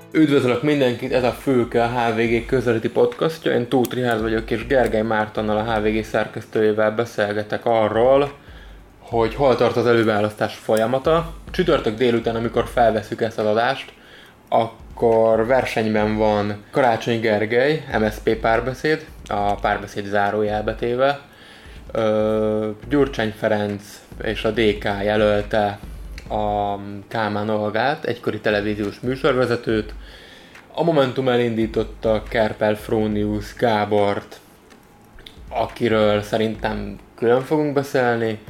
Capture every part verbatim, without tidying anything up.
Üdvözlök mindenkit, ez a Fülke, a há vé gé közeleti podcastja. Én Tóth Richárd vagyok, és Gergely Mártonnal, a há vé gé szerkesztőjével beszélgetek arról, hogy hol tart az előválasztás folyamata. Csütörtök délután, amikor felveszük ezt az adást, akkor versenyben van Karácsony Gergely, em es zé pé Párbeszéd, a Párbeszéd zárójelbe téve. Gyurcsány Ferenc és a dé ká jelölte a Kálmán Olgát, egykori televíziós műsorvezetőt. A Momentum elindította Kerpel Frónius Gábort, akiről szerintem külön fogunk beszélni.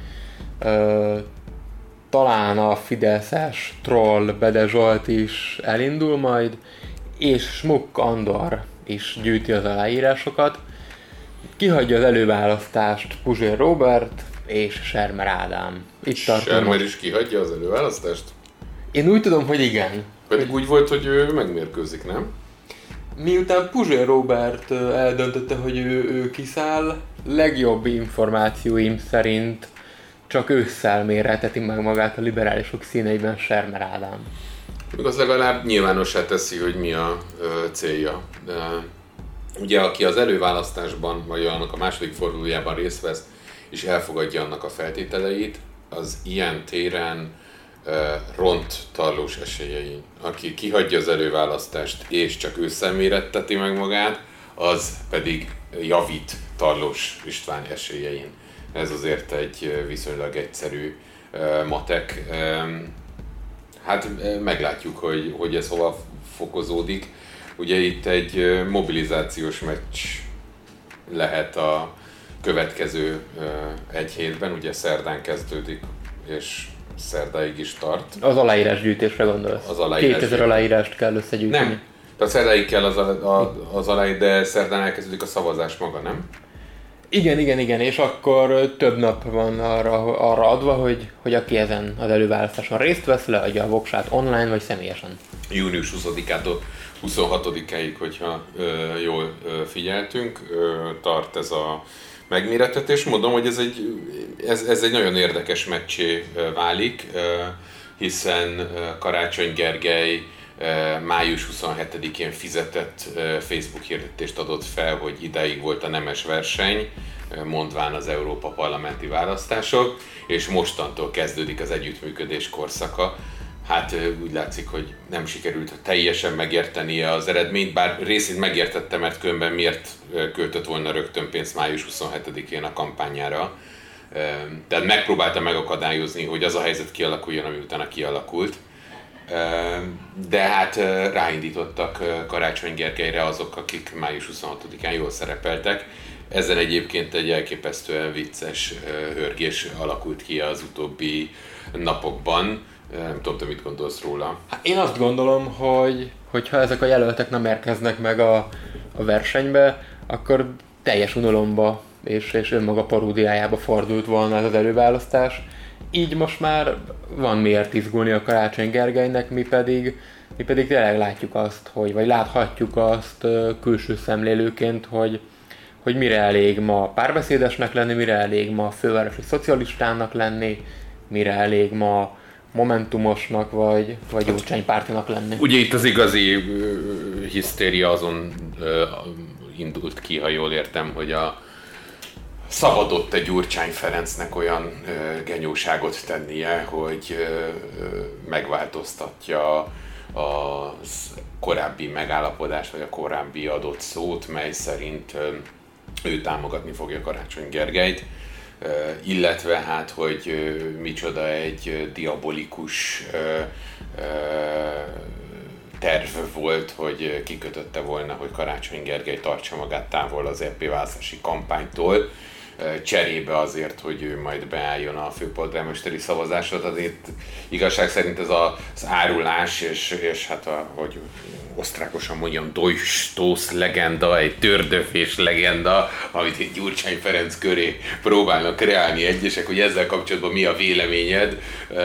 Ö, talán a fideszes troll Bede Zsolt is elindul majd, és Smuk Andor is gyűjti az aláírásokat. Kihagyja az előválasztást Puzsér Róbert és Sermer Ádám. Itt tartunk. Sermer is kihagyja az előválasztást? Én úgy tudom, hogy igen. Pedig úgy volt, hogy ő megmérkőzik, nem? Miután Puzsér Róbert eldöntötte, hogy ő, ő kiszáll, legjobb információim szerint csak ősszel mérheteti meg magát a liberálisok színeiben Sermer Ádám. Még az legalább nyilvánossá teszi, hogy mi a ö, célja. De, ugye, aki az előválasztásban, vagy annak a második fordulójában részt vesz, és elfogadja annak a feltételeit, az ilyen téren uh, ront Tarlós esélyein. Aki kihagyja az előválasztást, és csak ősszel méretteti meg magát, az pedig javít Tarlós István esélyein. Ez azért egy viszonylag egyszerű uh, matek. Um, hát meglátjuk, hogy, hogy ez hova fokozódik. Ugye itt egy mobilizációs meccs lehet a következő uh, egy hétben, ugye szerdán kezdődik, és szerdáig is tart. Az aláírásgyűjtésre gondolsz? Az aláírás kétezer aláírást kell összegyűjteni? Nem, tehát szerdáig kell az, a, a, az aláírás, de szerdán elkezdődik a szavazás maga, nem? Igen, igen, igen, és akkor több nap van arra, arra adva, hogy, hogy aki ezen az előválasztáson részt vesz, leadja a voksát online vagy személyesen. június huszadikától huszonhatodikáig, hogyha ö, jól ö, figyeltünk, ö, tart ez a megmérettetés. Mondom, hogy ez egy, ez, ez egy nagyon érdekes meccsé válik, hiszen Karácsony Gergely május huszonhetedikén fizetett Facebook hirdetést adott fel, hogy idáig volt a nemes verseny, mondván az Európa parlamenti választások, és mostantól kezdődik az együttműködés korszaka. Hát úgy látszik, hogy nem sikerült teljesen megértenie az eredményt, bár részét megértette, mert különben miért költött volna rögtön pénzt május huszonhetedikén a kampányára. Tehát megpróbálta megakadályozni, hogy az a helyzet kialakuljon, ami utána kialakult. De hát ráindítottak Karácsony Gergelyre azok, akik május huszonhatodikán jól szerepeltek. Ezzel egyébként egy elképesztően vicces hörgés alakult ki az utóbbi napokban. Nem tudom, te mit gondolsz róla? Hát én azt gondolom, hogy hogyha ezek a jelöltek nem érkeznek meg a, a versenybe, akkor teljes unalomba és, és önmaga paródiájába fordult volna ez az előválasztás. Így most már van miért izgulni a Karácsony Gergelynek, mi pedig, mi pedig tényleg látjuk azt, hogy, vagy láthatjuk azt külső szemlélőként, hogy, hogy mire elég ma párbeszédesnek lenni, mire elég ma fővárosi szocialistának lenni, mire elég ma momentumosnak, vagy, vagy Gyurcsány-pártinak lenni. Ugye itt az igazi uh, hisztéria azon uh, indult ki, ha jól értem, hogy a szabadott egy Gyurcsány Ferencnek olyan uh, genyóságot tennie, hogy uh, megváltoztatja a korábbi megállapodást, vagy a korábbi adott szót, mely szerint uh, ő támogatni fogja Karácsony Gergelyt. Uh, illetve hát, hogy uh, micsoda egy uh, diabolikus uh, uh, terv volt, hogy uh, kikötötte volna, hogy Karácsony Gergely tartsa magát távol az é pé választási kampánytól, uh, cserébe azért, hogy ő majd beálljon a főpolgármesteri szavazásra. Tehát itt igazság szerint ez az árulás, és, és hát a, hogy osztrákosan mondjam, Deutsch legenda, egy tördöfés legenda, amit egy Gyurcsány Ferenc köré próbálnak kreálni egyesek, hogy ezzel kapcsolatban mi a véleményed?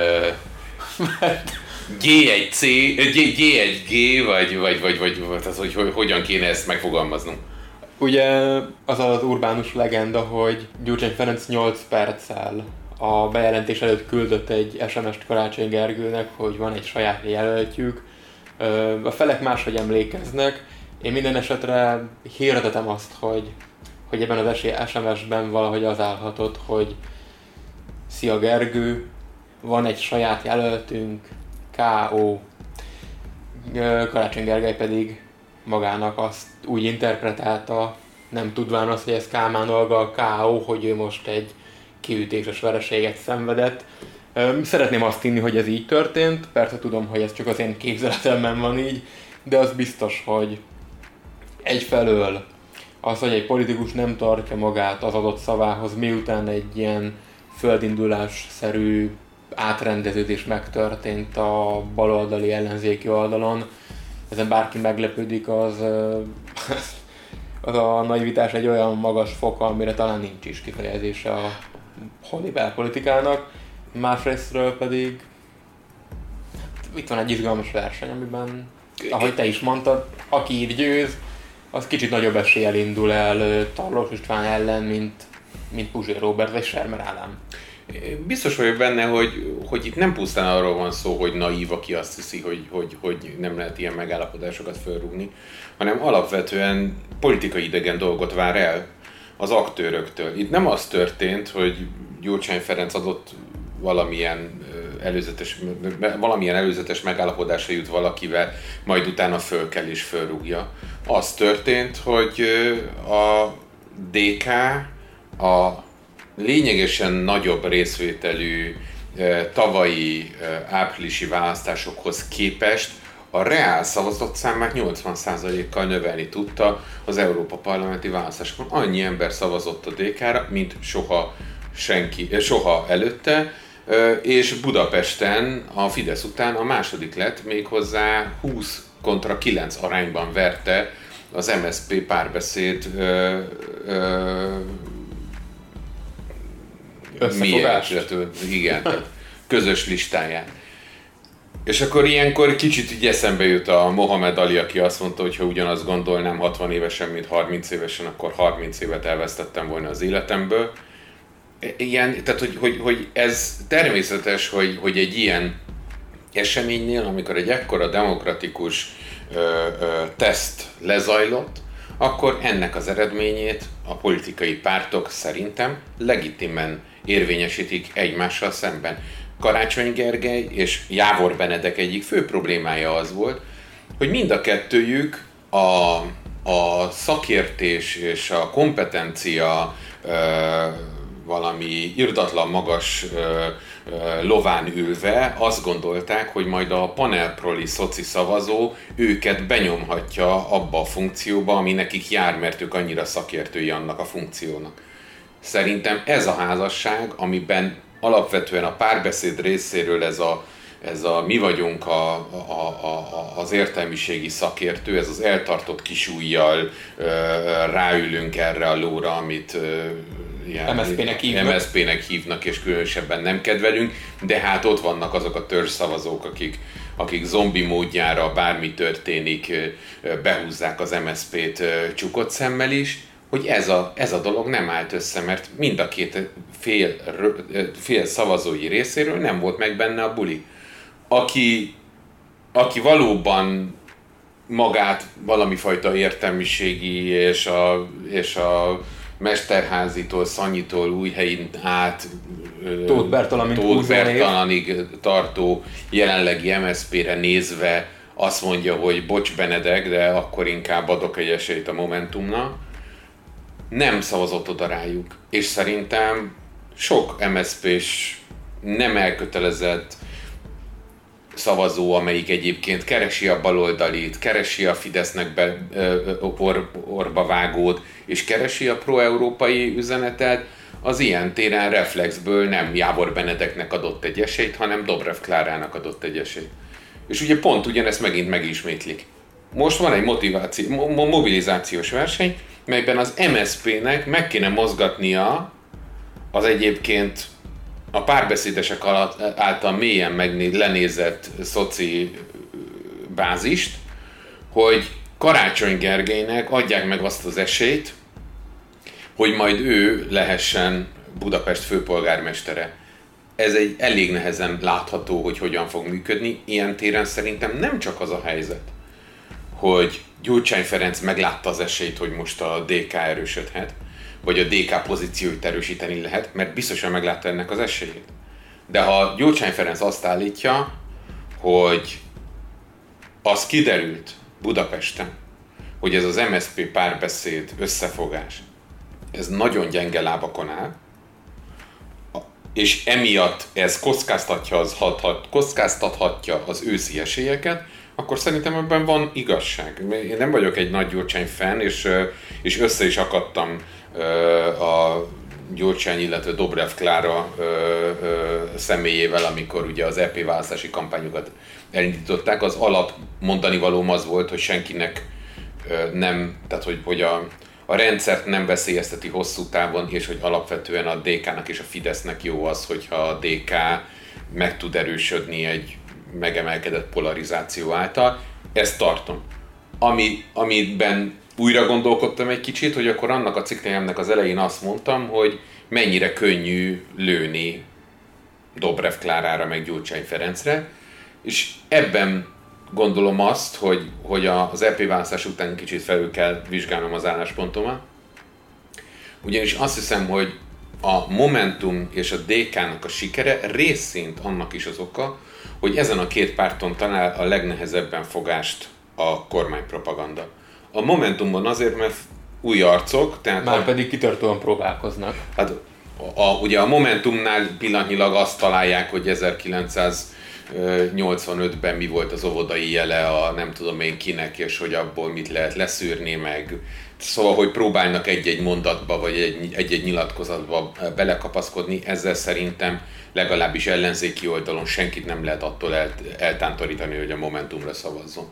gé egy cé, gé egy gé, vagy, vagy, vagy, vagy az, hogy, hogy hogyan kéne ezt megfogalmaznunk? Ugye az az urbánus legenda, hogy Gyurcsány Ferenc nyolc perccel a bejelentés előtt küldött egy es em est Karácsony Gergőnek, hogy van egy saját jelöltjük, A felek máshogy emlékeznek. Én minden esetre hirdetem azt, hogy, hogy ebben az es em es-ben valahogy az állhatott, hogy szia Gergő, van egy saját jelöltünk, ká ó. Karácsony Gergely pedig magának azt úgy interpretálta, nem tudván azt, hogy ez Kálmán Olga ká ó, hogy ő most egy kiütéses vereséget szenvedett. Szeretném azt hinni, hogy ez így történt, persze tudom, hogy ez csak az én képzeletemben van így, de az biztos, hogy egyfelől az, hogy egy politikus nem tartja magát az adott szavához, miután egy ilyen földindulásszerű átrendeződés megtörtént a baloldali ellenzéki oldalon, ezen bárki meglepődik, az, az a naivitás egy olyan magas foka, amire talán nincs is kifejezése a honi belpolitikának. Másrésztről pedig itt van egy izgalmas verseny, amiben, ahogy te is mondtad, aki így győz, az kicsit nagyobb eséllyel indul el Tarlós István ellen, mint, mint Puzsér Róbert vagy Sermer Ádám. Biztos vagyok benne, hogy, hogy itt nem pusztán arról van szó, hogy naív, aki azt hiszi, hogy, hogy, hogy nem lehet ilyen megállapodásokat felrúgni, hanem alapvetően politikai idegen dolgot vár el az aktőröktől. Itt nem az történt, hogy Gyurcsány Ferenc adott valamilyen előzetes, valamilyen előzetes megállapodásra jut valakivel, majd utána föl kell és fölrúgja. Az történt, hogy a dé ká a lényegesen nagyobb részvételű tavalyi áprilisi választásokhoz képest a reál szavazott számát nyolcvan százalékkal növelni tudta az Európa parlamenti választásokon. Annyi ember szavazott a dé ká-ra, mint soha senki, soha előtte, és Budapesten a Fidesz után a második lett, méghozzá húsz kontra kilenc arányban verte az em es zé pé Párbeszéd ö, ö, összefogást. Igen, tehát közös listáján. És akkor ilyenkor kicsit így eszembe jut a Mohamed Ali, aki azt mondta, hogy ha ugyanazt gondolnám hatvan évesen, mint harminc évesen, akkor harminc évet elvesztettem volna az életemből. Igen, tehát hogy, hogy, hogy ez természetes, hogy, hogy egy ilyen eseménynél, amikor egy ekkora demokratikus ö, ö, teszt lezajlott, akkor ennek az eredményét a politikai pártok szerintem legitimen érvényesítik egymással szemben. Karácsony Gergely és Jávor Benedek egyik fő problémája az volt, hogy mind a kettőjük a, a szakértés és a kompetencia ö, valami irdatlan magas ö, ö, lován ülve azt gondolták, hogy majd a panelproli szoci szavazó őket benyomhatja abba a funkcióba, ami nekik jár, mert ők annyira szakértői annak a funkciónak. Szerintem ez a házasság, amiben alapvetően a Párbeszéd részéről ez a, ez a mi vagyunk a, a, a, az értelmiségi szakértő, ez az eltartott kisújjal ö, ráülünk erre a lóra, amit ö, ilyen, em es zé pének hívnak. em es zé pének hívnak, és különösebben nem kedvelünk, de hát ott vannak azok a törzszavazók, akik, akik zombi módjára bármi történik, behúzzák az em es zé pét csukott szemmel is, hogy ez a, ez a dolog nem állt össze, mert mind a két fél, fél szavazói részéről nem volt meg benne a buli. Aki, aki valóban magát valami fajta értelmiségi és a, és a Mesterházitól, Szanyitól, Újhelyin át Tóth Bertalanig tartó jelenlegi em es zé pére nézve azt mondja, hogy bocs Benedek, de akkor inkább adok egy esélyt a Momentumnak. Nem szavazott oda rájuk, és szerintem sok em es zé pés nem elkötelezett szavazó, amelyik egyébként keresi a baloldalit, keresi a Fidesznek be, ö, or, orba vágót, és keresi a pro-európai üzenetet, az ilyen téren reflexből nem Jávor Benedeknek adott egy esélyt, hanem Dobrev Klárának adott egy esélyt. És ugye pont ugyanezt megint megismétlik. Most van egy motiváció, mobilizációs verseny, melyben az em es zé pének meg kéne mozgatnia az egyébként a párbeszédesek alatt által mélyen megné- lenézett szoci bázist, hogy Karácsony Gergelynek adják meg azt az esélyt, hogy majd ő lehessen Budapest főpolgármestere. ez egy elég nehezen látható, hogy hogyan fog működni. Ilyen téren szerintem nem csak az a helyzet, hogy Gyurcsány Ferenc meglátta az esélyt, hogy most a dé ká erősödhet, vagy a dé ká pozícióit erősíteni lehet, mert biztosan meglátta ennek az esélyét. De ha Gyurcsány Ferenc azt állítja, hogy az kiderült Budapesten, hogy ez az em es zé pé párbeszéd, összefogás, ez nagyon gyenge lábakon áll, és emiatt ez kockáztatja az, hat, kockáztathatja az őszi esélyeket, akkor szerintem ebben van igazság. Én nem vagyok egy nagy Gyurcsány fan, és, és össze is akadtam a Gyurcsány, illetve Dobrev Klára személyével, amikor ugye az é pé választási kampányokat elindították. Az alap mondani valóm az volt, hogy senkinek nem, tehát hogy, hogy a, a rendszert nem veszélyezteti hosszú távon, és hogy alapvetően a dé ká-nak és a Fidesznek jó az, hogyha a dé ká meg tud erősödni egy megemelkedett polarizáció által. Ezt tartom. Ami, amiben újra gondolkodtam egy kicsit, hogy akkor annak a cikkelyemnek az elején azt mondtam, hogy mennyire könnyű lőni Dobrev Klárára meg Gyurcsány Ferencre, és ebben gondolom azt, hogy, hogy az é pé választás után kicsit felül kell vizsgálnom az álláspontomat. Ugyanis azt hiszem, hogy a Momentum és a dé ká-nak a sikere részint annak is az oka, hogy ezen a két párton talál a legnehezebben fogást a kormánypropaganda. A Momentumban azért, mert új arcok, tehát... Már a, pedig kitartóan próbálkoznak. Hát a, a, ugye a Momentumnál pillanatnyilag azt találják, hogy ezerkilencszáznyolcvanötben mi volt az óvodai jele a nem tudom én kinek, és hogy abból mit lehet leszűrni, meg... Szóval, hogy próbálnak egy-egy mondatba, vagy egy-egy nyilatkozatba belekapaszkodni, ezzel szerintem legalábbis ellenzéki oldalon senkit nem lehet attól el, eltántorítani, hogy a Momentumra szavazzon.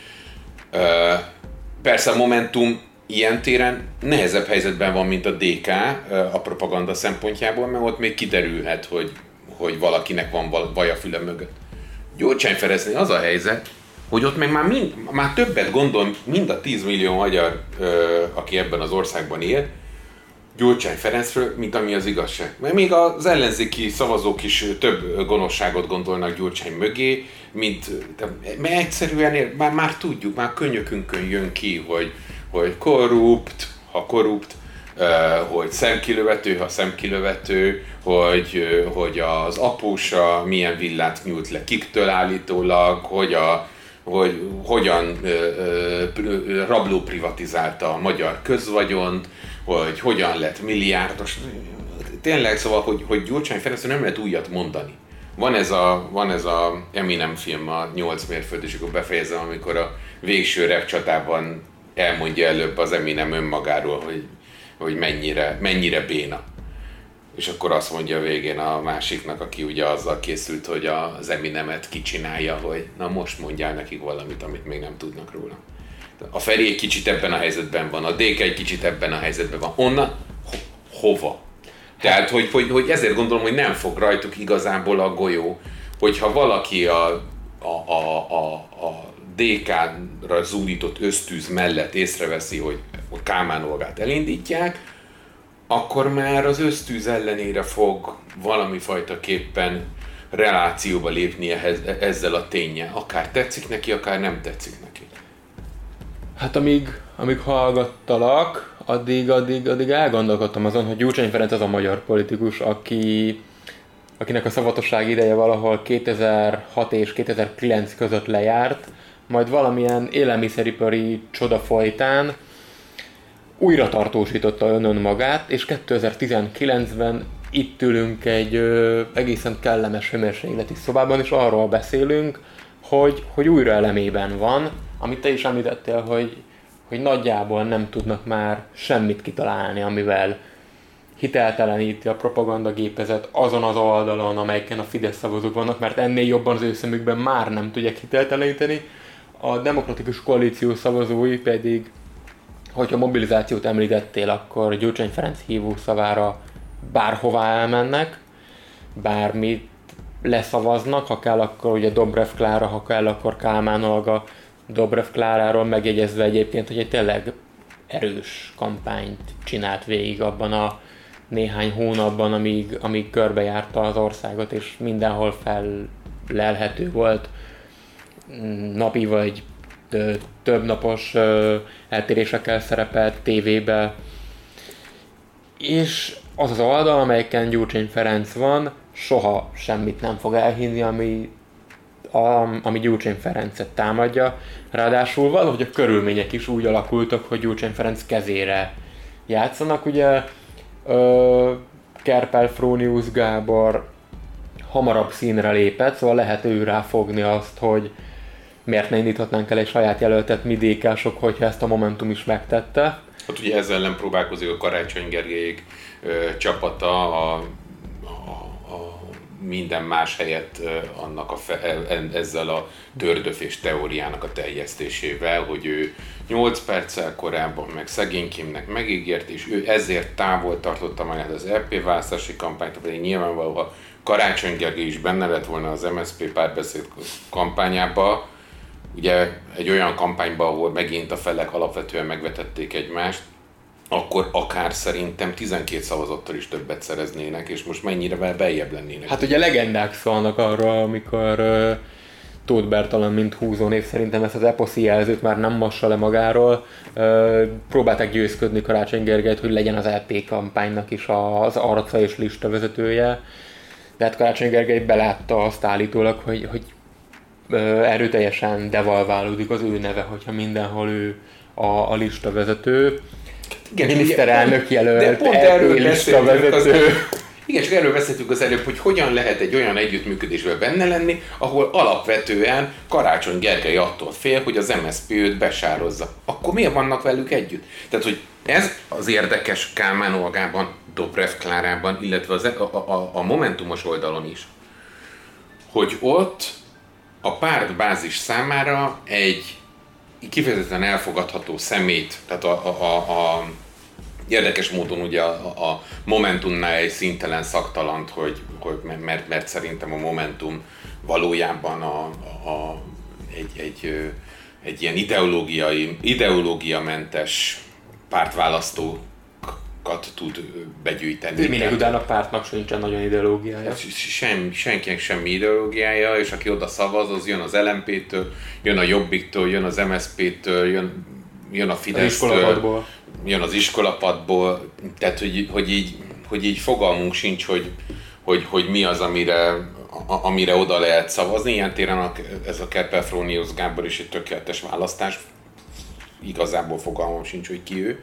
Persze a Momentum ilyen téren nehezebb helyzetben van, mint a dé ká a propaganda szempontjából, mert ott még kiderülhet, hogy, hogy valakinek van vaj a füle mögött. Gyurcsány Ferencnél az a helyzet, hogy ott meg már, mind, már többet gondol mind a tíz millió magyar, aki ebben az országban él, Gyurcsány Ferencről, mint ami az igazság. Mert még az ellenzéki szavazók is több gonoszságot gondolnak Gyurcsány mögé, mint, mert egyszerűen ér, már, már tudjuk, már könnyökünkön jön ki, hogy, hogy korrupt, ha korrupt, hogy szemkilövető, ha szemkilövető, hogy, hogy az apósa milyen villát nyújt le kiktől állítólag, hogy a hogy hogyan ö, ö, rabló privatizálta a magyar közvagyont, hogy hogyan lett milliárdos. Tényleg, szóval, hogy, hogy Gyurcsány Ferenc nem lehet újat mondani. Van ez a, van ez a Eminem film, a nyolc mérföld, és akkor befejezem, amikor a végső rap csatában elmondja előbb az Eminem önmagáról, hogy, hogy mennyire, mennyire béna. És akkor azt mondja a végén a másiknak, aki ugye azzal készült, hogy az Eminemet kicsinálja, hogy na most mondjál nekik valamit, amit még nem tudnak róla. A Feri egy kicsit ebben a helyzetben van, a dé ká egy kicsit ebben a helyzetben van. Onnan ho- hova? Tehát, hogy, hogy, hogy ezért gondolom, hogy nem fog rajtuk igazából a golyó, hogyha valaki a, a, a, a, a dé ká-ra zúdított ösztűz mellett észreveszi, hogy a Kálmán Olgát elindítják, akkor már az ösztűz ellenére fog valami fajta képpen relációba lépni ehhez, ezzel a ténnyel. Akár tetszik neki, akár nem tetszik neki. Hát amíg, amíg hallgattalak, addig, addig, addig elgondolkodtam azon, hogy Gyurcsány Ferenc az a magyar politikus, aki, akinek a szavatosság ideje valahol kétezer-hat és kétezer-kilenc között lejárt, majd valamilyen élelmiszeripari csoda folytán újra tartósította önön magát, és kétezer-tizenkilencben itt ülünk egy ö, egészen kellemes hőmérsékleti szobában, és arról beszélünk, hogy, hogy újra elemében van, amit te is említettél, hogy, hogy nagyjából nem tudnak már semmit kitalálni, amivel hitelteleníti a propagandagépezet azon az oldalon, amelyiken a Fidesz szavazók vannak, mert ennél jobban az ő szemükben már nem tudják hitelteleníteni. A demokratikus koalíció szavazói pedig, hogyha mobilizációt említettél, akkor Gyurcsány Ferenc hívó szavára bárhová elmennek, bármit leszavaznak, ha kell, akkor ugye Dobrev Klára, ha kell, akkor Kálmán Olga, Dobrev Kláráról megjegyezve egyébként, hogy egy tényleg erős kampányt csinált végig abban a néhány hónapban, amíg, amíg körbejárta az országot, és mindenhol fellelhető volt napi vagy több napos eltérésekkel szerepelt tévébe. És az az oldal, amelyeken Gyurcsány Ferenc van, soha semmit nem fog elhinni, ami, a, ami Gyurcsány Ferencet támadja. Ráadásul valahogy a körülmények is úgy alakultak, hogy Gyurcsány Ferenc kezére játszanak. Ugye ö, Kerpel-Frónius Gábor hamarabb színre lépett, szóval lehet ő ráfogni azt, hogy miért ne indíthatnánk el egy saját jelöltet mi dé ká-sok, hogyha ezt a Momentum is megtette. Hát ugye ezzel ellen próbálkozik a Karácsony Gergelyék ö, csapata a, a, a minden más helyett ö, annak a fe, ezzel a tördöfés teóriának a teljesztésével, hogy ő nyolc perccel korábban meg szegény Kimnek megígért, és ő ezért távol tartotta magát az é pé választási kampányt, pedig nyilvánvalóan ha Karácsony Gergely is benne lett volna az em es zé pé párbeszéd kampányába, ugye egy olyan kampányban, ahol megint a felek alapvetően megvetették egymást, akkor akár szerintem tizenkét szavazattal is többet szereznének, és most mennyire beljebb lennének. Hát ugye legendák szólnak arra, amikor uh, Tóth Bertalan, mint húzónév, szerintem ezt az eposzi jelzőt már nem massa le magáról. Uh, próbálták győzködni Karácsony Gergelyt, hogy legyen az é pé kampánynak is az arca és lista vezetője. De hát Karácsony Gergely belátta azt állítólag, hogy, hogy erőteljesen devalválódik az ő neve, hogyha mindenhol ő a, a lista vezető. Igen, miniszterelnök jelölt, de pont erről lista vezető. Az, igen, csak erről beszéltünk az előbb, hogy hogyan lehet egy olyan együttműködésben benne lenni, ahol alapvetően Karácsony Gergely attól fél, hogy az em es zé pé őt besározza. Akkor miért vannak velük együtt? Tehát, hogy ez az érdekes Kálmán Olgában, Dobrev Klárában, illetve az, a, a, a Momentumos oldalon is, hogy ott a pártbázis számára egy kifejezetten elfogadható szemét, tehát a, a, a, a érdekes módon ugye a, a Momentumnál egy szintelen szaktalant, hogy, hogy mert, mert szerintem a Momentum valójában a, a, egy, egy, egy ilyen ideológiai, ideológiamentes pártválasztókat tud begyűjteni. Minek utána a pártnak sincsen nagyon ideológiája. Sem, senkinek semmi ideológiája, és aki oda szavaz, az jön az el em pé-től, jön a Jobbiktól, jön az em es zé pé-től, jön, jön a Fidesztől, jön az iskolapadból, tehát hogy, hogy, így, hogy így fogalmunk sincs, hogy, hogy, hogy mi az, amire, a, amire oda lehet szavazni. Ilyen téren a, ez a Kerpel-Frónius Gábor is egy tökéletes választás, igazából fogalmam sincs, hogy ki ő.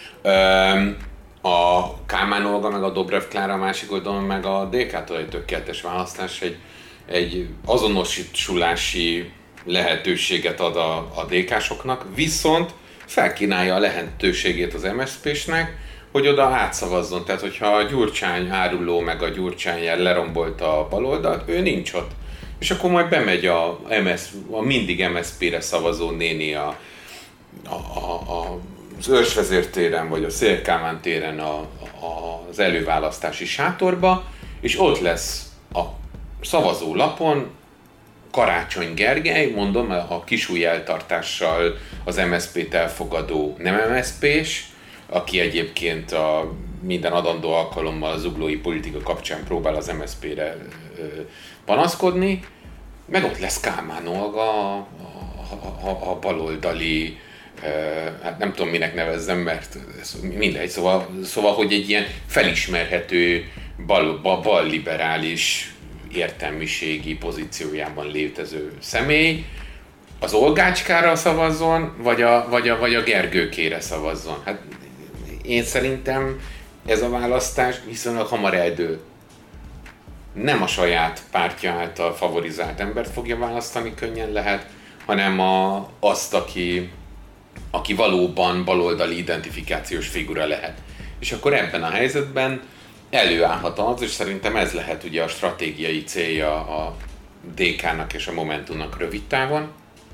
A Kálmán Olga meg a Dobrev Klára, a másik oldalon meg a dé ká-tól egy tökéletes választás, egy, egy azonosítási lehetőséget ad a, a dé ká-soknak, viszont felkínálja a lehetőségét az em es zé pé-snek, hogy oda átszavazzon. Tehát, hogyha a Gyurcsány áruló meg a Gyurcsány lerombolta a baloldalt, ő nincs ott. És akkor majd bemegy a, em es, a mindig em es zé pé-re szavazó néni a, a, a, a az Őrsvezér téren, vagy a Széll Kálmán téren a, a, az előválasztási sátorba, és ott lesz a szavazólapon Karácsony Gergely, mondom, a kisúly eltartással az em es zé pé-t elfogadó nem em es zé pés, aki egyébként a minden adandó alkalommal a zuglói politika kapcsán próbál az em es zé pé-re panaszkodni, meg ott lesz Kálmán Olga, a, a, a, a baloldali, hát nem tudom minek nevezzem, mert ez mindegy, szóval, szóval hogy egy ilyen felismerhető bal, bal, balliberális értelmiségi pozíciójában létező személy az Olgácskára szavazzon, vagy a, vagy a, vagy a Gergőkére szavazzon. Hát én szerintem ez a választás viszonylag hamar eldől. Nem a saját pártja által favorizált embert fogja választani, könnyen lehet, hanem a, azt, aki aki valóban baloldali identifikációs figura lehet. És akkor ebben a helyzetben előállhat az, és szerintem ez lehet ugye a stratégiai célja a dé ká-nak és a Momentumnak rövid távon,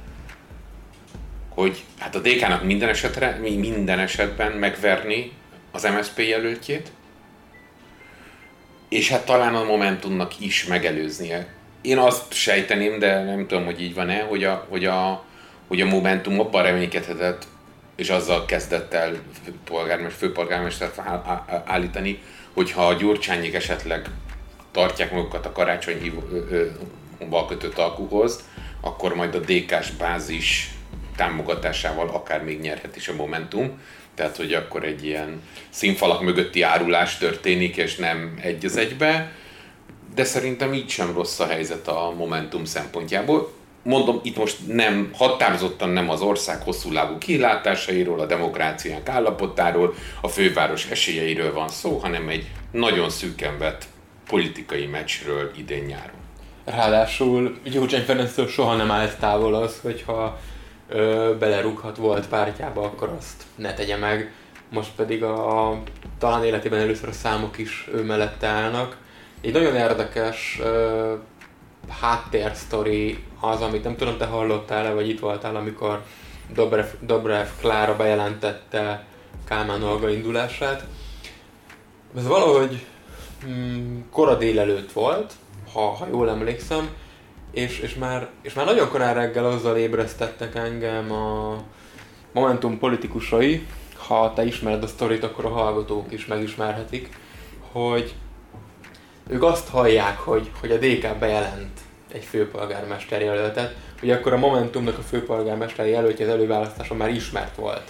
hogy hát a dé ká-nak minden, esetre, minden esetben megverni az em es zé pé jelöltjét, és hát talán a Momentumnak is megelőznie. Én azt sejteném, de nem tudom, hogy így van-e, hogy a, hogy a hogy a Momentum abban reménykedhetett, és azzal kezdett el polgármester, főpolgármestert állítani, hogyha a Gyurcsányék esetleg tartják magukat a karácsonyhíval kötött alkuhoz, akkor majd a dé ká-s bázis támogatásával akár még nyerhet is a Momentum. Tehát, hogy akkor egy ilyen színfalak mögötti árulás történik, és nem egy az egybe. De szerintem így sem rossz a helyzet a Momentum szempontjából. Mondom, itt most nem, határozottan nem az ország hosszúlábú kilátásairól, a demokráciánk állapotáról, a főváros esélyeiről van szó, hanem egy nagyon szűken vett politikai meccsről idén-nyáron. Ráadásul Gyurcsány Ferenctől soha nem állt távol az, hogyha ö, belerúghat volt pártjába, akkor azt ne tegye meg. Most pedig a, a talán életében először a számok is ő mellette állnak. Egy nagyon érdekes ö, háttérsztori az, amit nem tudom, te hallottál-e, vagy itt voltál, amikor Dobrev, Dobrev Klára bejelentette Kálmán Olga indulását. Ez valahogy mm, kora délelőtt volt, ha, ha jól emlékszem, és, és, már, és már nagyon korán reggel azzal ébresztettek engem a Momentum politikusai, ha te ismered a sztorit, akkor a hallgatók is megismerhetik, hogy ők azt hallják, hogy, hogy a dé ká bejelent egy főpolgármester jelöltet, hogy akkor a Momentumnak a főpolgármester jelöltje az előválasztáson már ismert volt.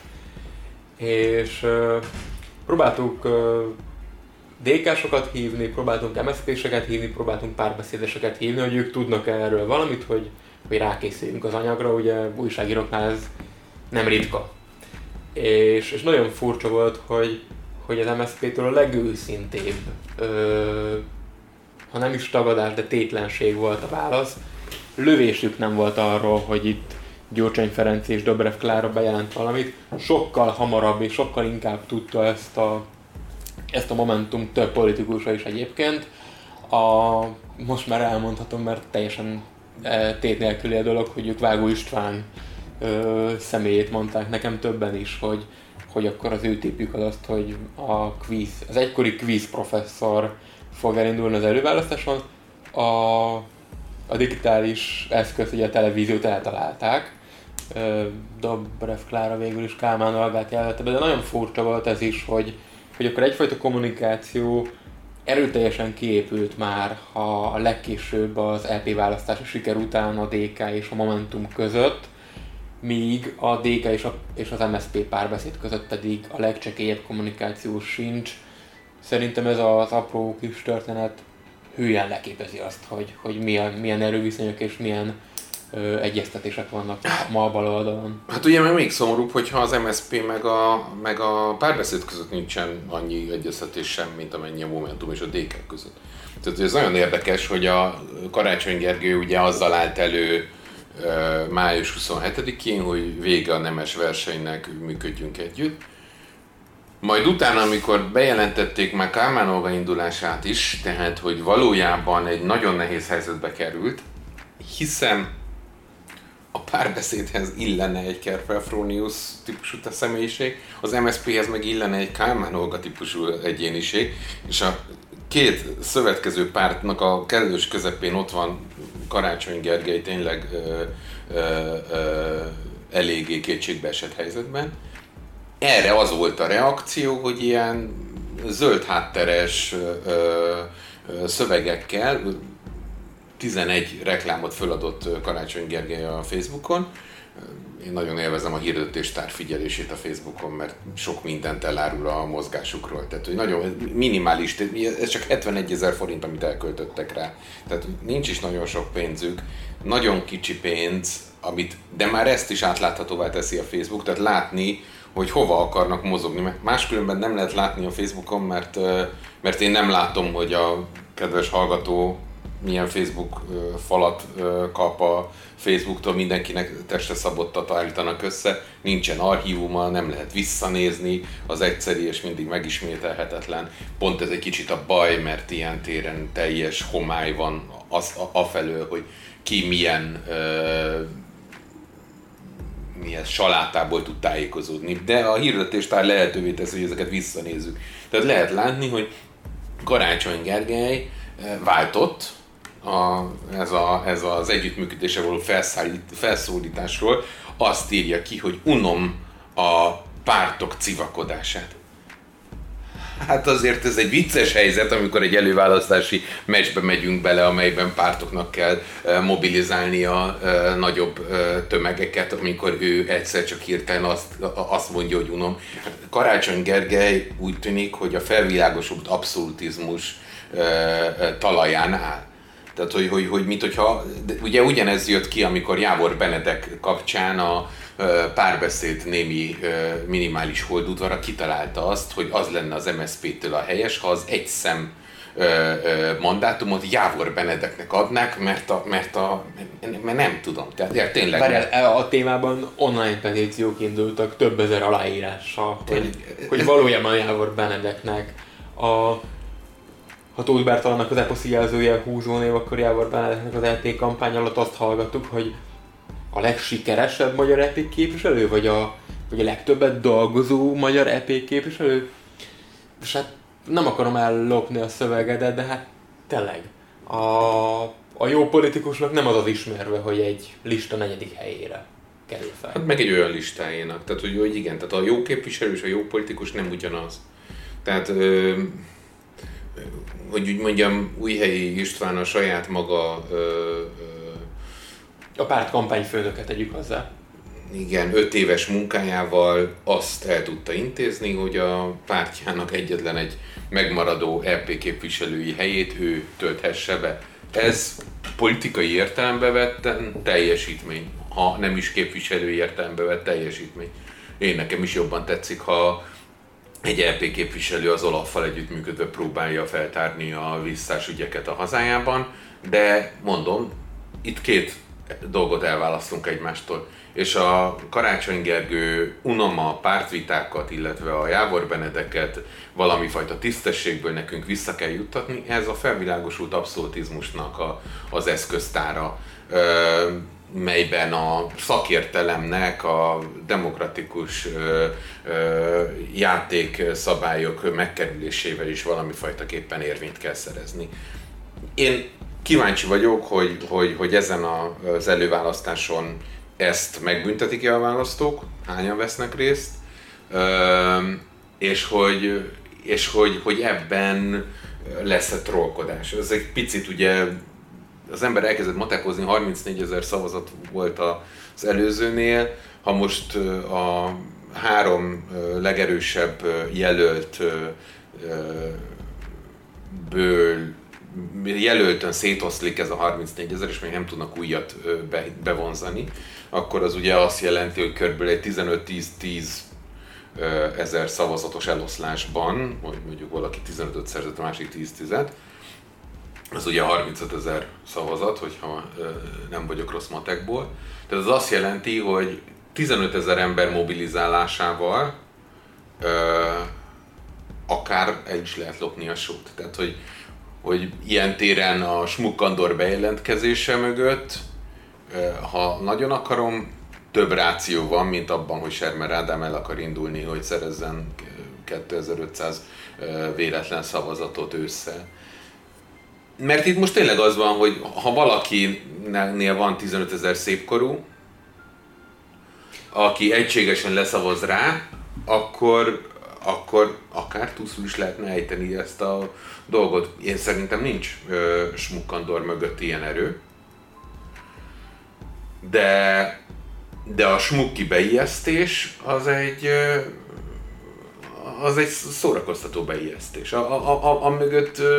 És uh, próbáltuk uh, dé ká-sokat hívni, próbáltunk em es zé pé-seket hívni, próbáltunk párbeszédeseket hívni, hogy ők tudnak erről valamit, hogy, hogy rákészüljünk az anyagra, ugye újságíróknál ez nem ritka. És, és nagyon furcsa volt, hogy, hogy az em es zé pé-től a legőszintébb, ö, ha nem is tagadás, de tétlenség volt a válasz. Lövésük nem volt arról, hogy itt Gyurcsány Ferenc és Dobrev Klára bejelent valamit. Sokkal hamarabb és sokkal inkább tudta ezt a, ezt a Momentum több politikusa is egyébként. A, most már elmondhatom, mert teljesen e, tét nélküli a dolog, hogy ők Vágó István ö, személyét mondták nekem többen is, hogy, hogy akkor az ő tippjük az azt, hogy a quiz, az egykori quiz professzor fog elindulni az előválasztáson. A, a digitális eszköz, ugye a televíziót eltalálták. Dobrev Klára végül is Kálmán Olgát jelölte be, de nagyon furcsa volt ez is, hogy, hogy akkor egyfajta kommunikáció erőteljesen kiépült már ha a legkésőbb az é pé választási siker után a dé ká és a Momentum között, míg a dé ká és, a, és az em es zé pé párbeszéd között pedig a legcsekélyebb kommunikáció sincs. Szerintem ez az apró kis történet hülyen leképezi azt, hogy, hogy milyen, milyen erőviszonyok és milyen ö, egyeztetések vannak ma a bal oldalon. Hát ugye meg még szomorúbb, hogyha az em es zé pé meg a, meg a párbeszéd között nincsen annyi egyeztetés sem, mint amennyi a Momentum és a dé ká között. Tehát ez nagyon érdekes, hogy a Karácsony Gergely ugye azzal állt elő ö, május huszonhetedikén, hogy vége a nemes versenynek, működjünk együtt. Majd utána, amikor bejelentették már Kálmán Olga indulását is, tehát hogy valójában egy nagyon nehéz helyzetbe került, hiszen a párbeszédhez illene egy Kerpel-Fronius típusú személyiség, az em es zé péhez meg illene egy Kálmán Olga típusú egyéniség, és a két szövetkező pártnak a kellős közepén ott van Karácsony Gergely tényleg ö, ö, ö, eléggé kétségbeesett helyzetben. Erre az volt a reakció, hogy ilyen zöld hátteres ö, ö, szövegekkel tizenegy reklámot föladott Karácsony Gergely a Facebookon. Én nagyon élvezem a hirdetéstár figyelését a Facebookon, mert sok mindent elárul a mozgásukról. Tehát, hogy nagyon minimális, ez csak hetvenegyezer forint, amit elköltöttek rá. Tehát nincs is nagyon sok pénzük, nagyon kicsi pénz, amit, de már ezt is átláthatóvá teszi a Facebook, tehát látni, hogy hova akarnak mozogni. Máskülönben nem lehet látni a Facebookon, mert, mert én nem látom, hogy a kedves hallgató milyen Facebook falat kap a Facebooktól, mindenkinek testre szabottat állítanak össze, nincsen archívuma, nem lehet visszanézni, az egyszeri és mindig megismételhetetlen. Pont ez egy kicsit a baj, mert ilyen téren teljes homály van az, afelől, hogy ki milyen uh, milyen salátából tud tájékozódni, de a hirdetéstár lehetővé teszi, hogy ezeket visszanézzük. Tehát lehet látni, hogy Karácsony Gergely váltott a, ez, a, ez az együttműködésre való felszólításról, azt írja ki, hogy unom a pártok civakodását. Hát azért ez egy vicces helyzet, amikor egy előválasztási meccsbe megyünk bele, amelyben pártoknak kell mobilizálni a nagyobb tömegeket, amikor ő egyszer csak hirtelen azt, azt mondja, hogy unom. Karácsony Gergely úgy tűnik, hogy a felvilágosult abszolutizmus talaján áll. Tehát, hogy, hogy, hogy mint hogyha, ugye ugyanez jött ki, amikor Jávor Benedek kapcsán a Párbeszéd némi minimális holdudvara kitalálta azt, hogy az lenne az em es zé pé-től a helyes, ha az egy szem mandátumot Jávor Benedeknek adnák, mert, a, mert, a, mert nem tudom. Tehát tényleg... Várjál, a témában online petíciók indultak több ezer aláírással, hogy, hogy valójában Jávor Benedeknek a ha Tóth Bertalannak az eposzi jelzője húzónév, akkor Jávor Benedeknek az é pé kampány alatt azt hallgattuk, hogy a legsikeresebb magyar é pé képviselő, vagy a, vagy a legtöbbet dolgozó magyar é pé képviselő? És hát nem akarom ellopni a szövegedet, de hát tényleg. A, a jó politikusnak nem az az ismerve, hogy egy lista negyedik helyére kerül fel. Hát meg egy olyan listájának. Tehát, hogy, hogy igen, tehát a jó képviselő és a jó politikus nem ugyanaz. Tehát... Ö, hogy úgy mondjam, Újhelyi István a saját maga... Ö, ö, a párt kampányfőnöket tegyük hozzá. Igen, öt éves munkájával azt el tudta intézni, hogy a pártjának egyetlen egy megmaradó é pé képviselői helyét ő tölthesse be. Ez politikai értelembe vett teljesítmény, ha nem is képviselői értelembe vett teljesítmény. Én nekem is jobban tetszik, ha egy é pé képviselő az Olaffal együttműködve próbálja feltárni a visszás ügyeket a hazájában, de mondom, itt két dolgot elválasztunk egymástól. És a Karácsony Gergő unoma pártvitákat, illetve a Jávor Benedeket valami fajta tisztességből nekünk vissza kell juttatni, ez a felvilágosult abszolutizmusnak a, az eszköztára, melyben a szakértelemnek a demokratikus ö, ö, játékszabályok megkerülésével is valami fajtaképpen érvényt kell szerezni. Én kíváncsi vagyok, hogy, hogy, hogy ezen az előválasztáson ezt megbüntetik-e a választók, hányan vesznek részt, ö, és, hogy, és hogy, hogy ebben lesz-e trollkodás. Ez egy picit ugye az ember elkezdett matekozni, harmincnégyezer szavazat volt az előzőnél, ha most a három legerősebb jelöltből jelöltön szétoszlik ez a harmincnégyezer, és még nem tudnak újat bevonzani, akkor az ugye azt jelenti, hogy kb. Egy tizenöt-tíz-tíz ezer szavazatos eloszlásban, hogy mondjuk valaki tizenötöt szerzett, a másik tíz-tízet, az ugye harmincötezer szavazat, hogyha ö, nem vagyok rossz matekból. Tehát az azt jelenti, hogy tizenötezer ember mobilizálásával ö, akár el is lehet lopni a sót. Tehát, hogy, hogy ilyen téren a Schmuck-Andor bejelentkezése mögött, ö, ha nagyon akarom, több ráció van, mint abban, hogy Sermer Ádám el akar indulni, hogy szerezzen kétezer-ötszáz véletlen szavazatot ősszel. Mert itt most tényleg az van, hogy ha valakinél van tizenötezer szépkorú, aki egységesen leszavaz rá, akkor, akkor akár túlszul is lehetne ejteni ezt a dolgot. Én szerintem nincs uh, Schmuck-Andor mögött ilyen erő. De, de a Schmucki beijesztés az egy, uh, az egy szórakoztató beijesztés. A, a, a, a mögött uh,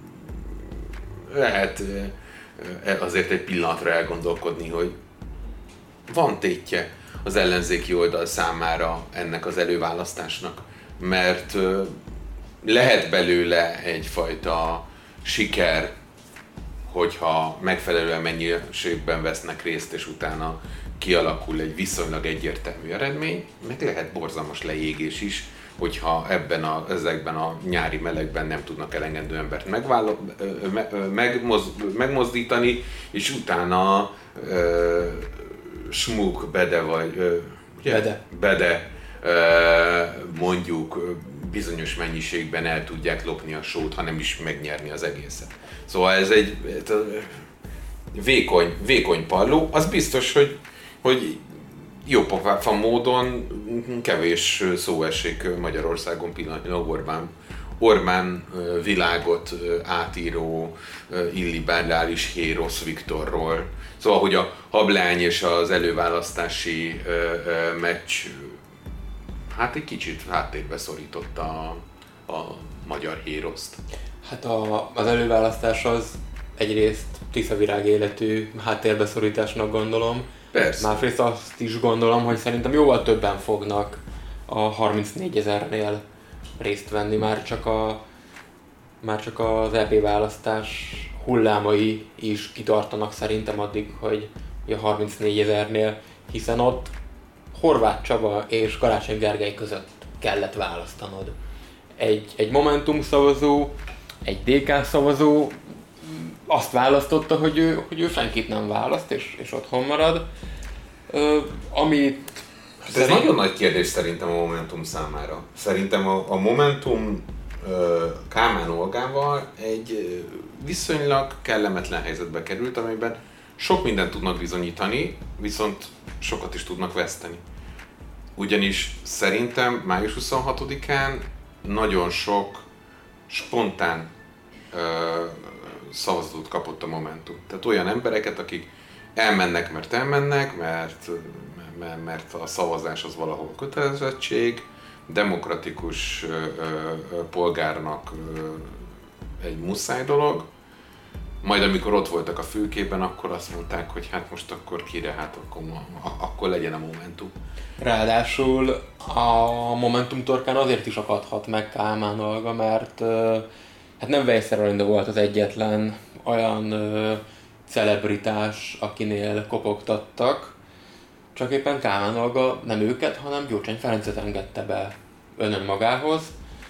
lehet azért egy pillanatra elgondolkodni, hogy van tétje az ellenzéki oldal számára ennek az előválasztásnak, mert lehet belőle egyfajta siker, hogyha megfelelően mennyiségben vesznek részt, és utána kialakul egy viszonylag egyértelmű eredmény, meg lehet borzalmas leégés is, hogyha ebben a, ezekben a nyári melegben nem tudnak elegendő embert megvála, me, megmoz, megmozdítani, és utána uh, Schmuck, Bede vagy uh, Bede, Bede uh, mondjuk bizonyos mennyiségben el tudják lopni a sót, ha nem is megnyerni az egészet. Szóval ez egy ez vékony, vékony palló, az biztos, hogy, hogy jó pofáfa módon kevés szó esik Magyarországon pillanatnyilag Orbán Orbán világot átíró illiberális hérosz Viktorról. Szóval, hogy a hableány és az előválasztási meccs hát egy kicsit háttérbe szorította a, a magyar héroszt. Hát a, az előválasztás az egyrészt tiszavirág életű háttérbeszorításnak gondolom. Persze. Másrészt azt is gondolom, hogy szerintem jóval többen fognak a harmincnégyezernél részt venni, már csak, a, már csak az é bé választás hullámai is kitartanak szerintem addig, hogy a harmincnégyezernél, hiszen ott Horváth Csaba és Karácsony Gergely között kellett választanod. Egy, egy Momentum szavazó, egy dé ká szavazó azt választotta, hogy ő, hogy ő senkit nem választ, és, és otthon marad. Ö, amit hát ez szerint... nagyon nagy kérdés szerintem a Momentum számára. Szerintem a, a Momentum ö, Kálmán Olgával egy ö, viszonylag kellemetlen helyzetbe került, amiben sok mindent tudnak bizonyítani, viszont sokat is tudnak veszteni. Ugyanis szerintem május huszonhatodikán nagyon sok spontán ö, szavazatot kapott a Momentum. Tehát olyan embereket, akik elmennek, mert elmennek, mert, mert, mert a szavazás az valahol kötelezettség, demokratikus ö, ö, polgárnak ö, egy muszáj dolog, majd amikor ott voltak a fülkében, akkor azt mondták, hogy hát most akkor kire, hát akkor, akkor legyen a Momentum. Ráadásul a Momentum torkán azért is akadhat meg Kálmán Olga, mert hát nem Weiser Alinda volt az egyetlen olyan ö, celebritás, akinél kopogtattak, csak éppen Kálmán Olga nem őket, hanem Gyurcsány Ferencet engedte be önön magához.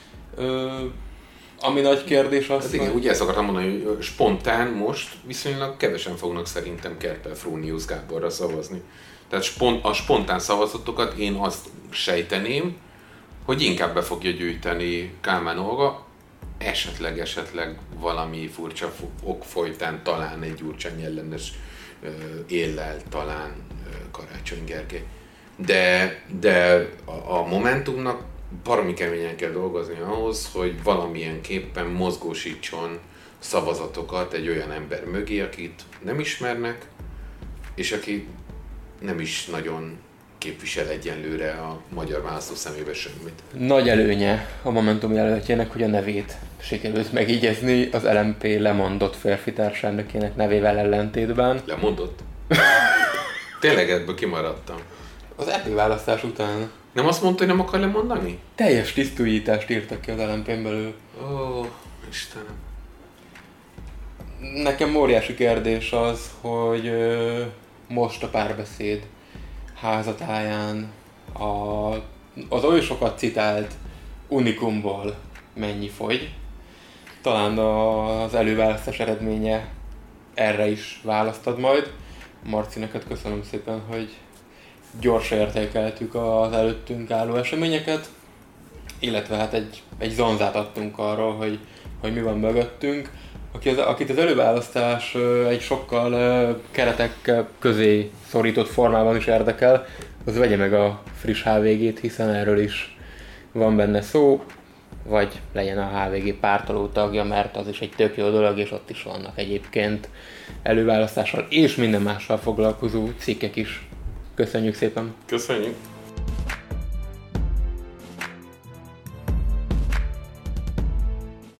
Ö, ami nagy kérdés az, hát igen, hogy... ugye ezt akartam mondani, hogy spontán most viszonylag kevesen fognak szerintem Kerpel-Fronius Gáborra szavazni. Tehát spont, a spontán szavazatokat én azt sejteném, hogy inkább be fogja gyűjteni Kálmán Olga, esetleg, esetleg valami furcsa ok folytán, talán egy Gyurcsány ellenes éllel, talán Karácsony Gergely. De, de a, a Momentumnak baromi keményen kell dolgozni ahhoz, hogy valamilyenképpen mozgósítson szavazatokat egy olyan ember mögé, akit nem ismernek, és aki nem is nagyon képvisel egyenlőre a magyar választó szemébe semmit. Nagy előnye a Momentum jelöltjének, hogy a nevét sikerült megígézni az el em pé lemondott férfi társelnökének nevével ellentétben. Lemondott? Tényleg ebből kimaradtam. Az é pé választás után. Nem azt mondta, hogy nem akar lemondani? Teljes tisztújítást írtak ki az el em pén belül. Ó, Istenem. Nekem óriási kérdés az, hogy ö, most a Párbeszéd házatáján a, az oly sokat citált Unikumból mennyi fogy. Talán az előválasztás eredménye erre is választad majd. Marci, neked köszönöm szépen, hogy gyorsan értékeltük az előttünk álló eseményeket, illetve hát egy, egy zonzát adtunk arról, hogy, hogy mi van mögöttünk. Aki az, akit az előválasztás egy sokkal keretek közé szorított formában is érdekel, az vegye meg a friss há vé gét, hiszen erről is van benne szó, vagy legyen a há vé gé pártoló tagja, mert az is egy tök jó dolog, és ott is vannak egyébként előválasztással és minden mással foglalkozó cikkek is. Köszönjük szépen! Köszönjük!